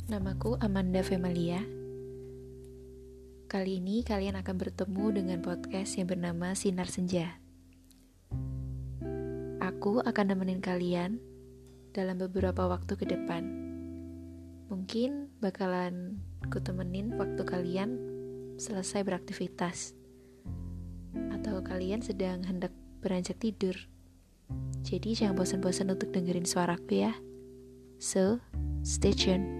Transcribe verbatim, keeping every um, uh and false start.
Namaku Amanda Femalia. Kali ini kalian akan bertemu dengan podcast yang bernama Sinar Senja. Aku akan nemenin kalian dalam beberapa waktu ke depan. Mungkin bakalan ku temenin waktu kalian selesai beraktivitas, atau kalian sedang hendak beranjak tidur. Jadi jangan bosan-bosan untuk dengerin suaraku ya. So, stay tuned.